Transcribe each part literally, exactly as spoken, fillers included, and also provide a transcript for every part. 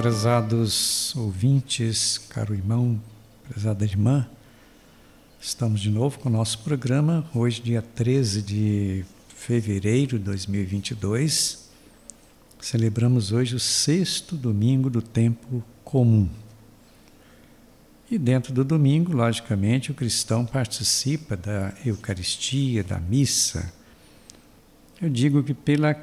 Prezados ouvintes, caro irmão, prezada irmã, estamos de novo com o nosso programa, hoje dia treze de fevereiro de dois mil e vinte e dois, celebramos hoje o sexto domingo do tempo comum. E dentro do domingo, logicamente, o cristão participa da Eucaristia, da missa. Eu digo que pela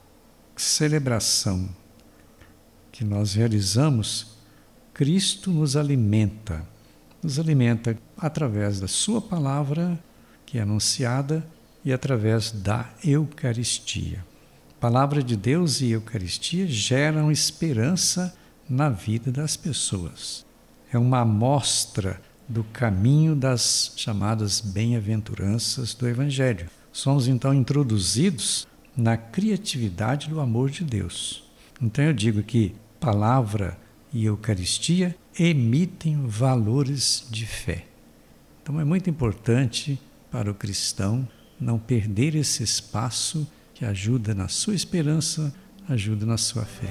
celebração que nós realizamos, Cristo nos alimenta, nos alimenta através da sua palavra, que é anunciada, e através da Eucaristia. Palavra de Deus e Eucaristia geram esperança na vida das pessoas. É uma amostra do caminho das chamadas bem-aventuranças do Evangelho. Somos então introduzidos na criatividade do amor de Deus. Então eu digo que palavra e Eucaristia emitem valores de fé. Então é muito importante para o cristão não perder esse espaço que ajuda na sua esperança, ajuda na sua fé.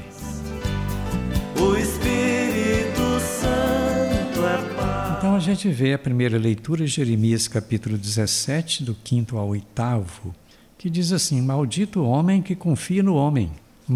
O Espírito Santo é paz. Então a gente vê a primeira leitura, Jeremias capítulo dezessete, do quinto ao oitavo, que diz assim: maldito o homem que confia no homem,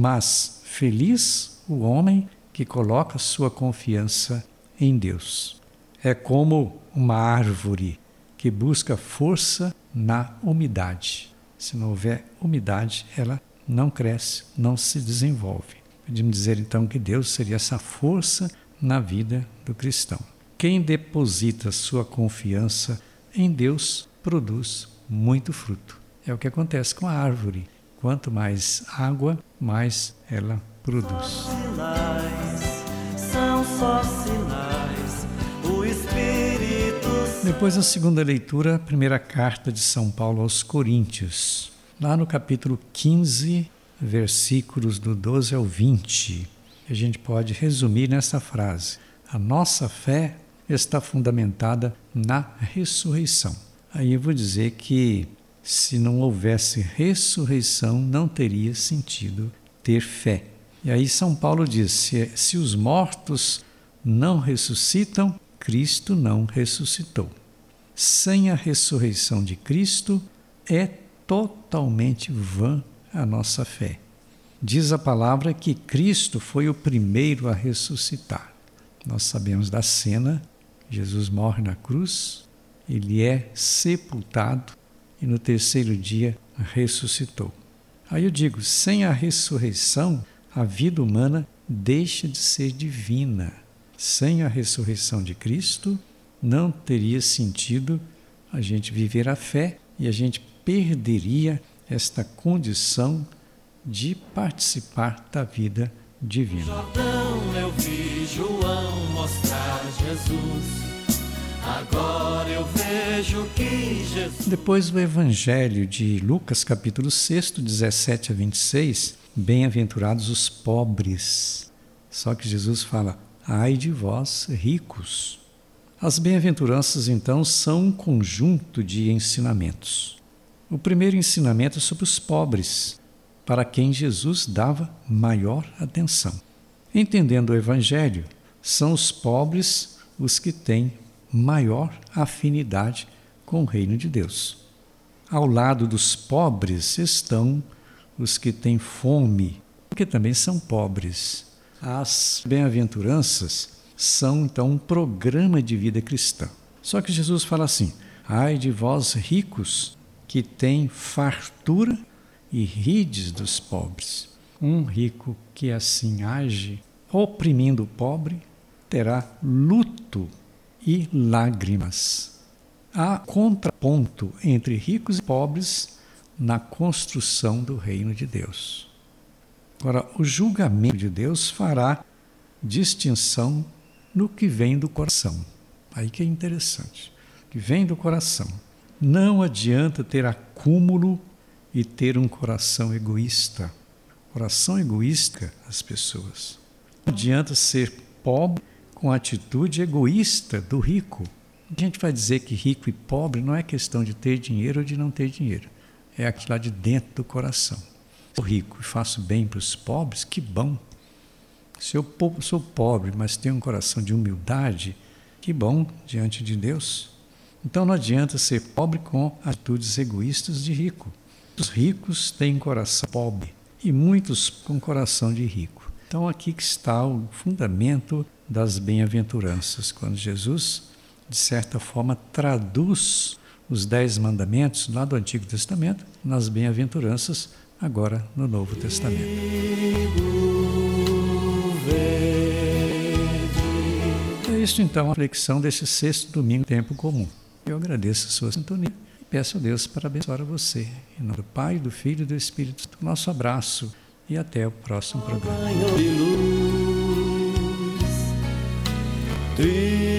mas feliz o homem que coloca sua confiança em Deus. É como uma árvore que busca força na umidade. Se não houver umidade, ela não cresce, não se desenvolve. Podemos dizer então que Deus seria essa força na vida do cristão. Quem deposita sua confiança em Deus produz muito fruto. É o que acontece com a árvore. Quanto mais água, mais ela produz. Sinais, são só sinais. O Espírito Santo. Depois a segunda leitura, a primeira carta de São Paulo aos Coríntios. Lá no capítulo quinze, versículos do doze ao vinte, a gente pode resumir nessa frase: a nossa fé está fundamentada na ressurreição. Aí eu vou dizer que se não houvesse ressurreição, não teria sentido ter fé. E aí São Paulo diz: se, se os mortos não ressuscitam, Cristo não ressuscitou. Sem a ressurreição de Cristo, é totalmente vã a nossa fé. Diz a palavra que Cristo foi o primeiro a ressuscitar. Nós sabemos da cena: Jesus morre na cruz, ele é sepultado e no terceiro dia ressuscitou. Aí eu digo, sem a ressurreição, a vida humana deixa de ser divina. Sem a ressurreição de Cristo, não teria sentido a gente viver a fé e a gente perderia esta condição de participar da vida divina. Jordão, eu vi João mostrar Jesus. Agora eu vejo que Jesus. Depois do Evangelho de Lucas, capítulo seis, dezessete a vinte e seis, bem-aventurados os pobres. Só que Jesus fala: ai de vós, ricos. As bem-aventuranças, então, são um conjunto de ensinamentos. O primeiro ensinamento é sobre os pobres, para quem Jesus dava maior atenção. Entendendo o Evangelho, são os pobres os que têm maior afinidade com o reino de Deus. Ao lado dos pobres estão os que têm fome, porque também são pobres. As bem-aventuranças são então um programa de vida cristã. Só que Jesus fala assim: ai de vós ricos, que têm fartura e rides dos pobres. Um rico que assim age, oprimindo o pobre, terá luto e lágrimas. Há contraponto entre ricos e pobres na construção do reino de Deus. Agora, o julgamento de Deus fará distinção no que vem do coração. Aí que é interessante. O que vem do coração. Não adianta ter acúmulo e ter um coração egoísta. Coração egoísta as pessoas. Não adianta ser pobre com a atitude egoísta do rico. A gente vai dizer que rico e pobre não é questão de ter dinheiro ou de não ter dinheiro. É aquilo lá de dentro do coração. Sou rico e faço bem para os pobres, que bom. Se eu sou pobre, mas tenho um coração de humildade, que bom diante de Deus. Então não adianta ser pobre com atitudes egoístas de rico. Os ricos têm coração pobre e muitos com coração de rico. Então aqui que está o fundamento das bem-aventuranças, quando Jesus, de certa forma, traduz os dez mandamentos lá do Antigo Testamento nas bem-aventuranças agora no Novo Testamento. É isso então a reflexão desse sexto domingo tempo comum. Eu agradeço a sua sintonia e peço a Deus para abençoar você. Em nome do Pai, do Filho e do Espírito Santo. Nosso abraço e até o próximo programa.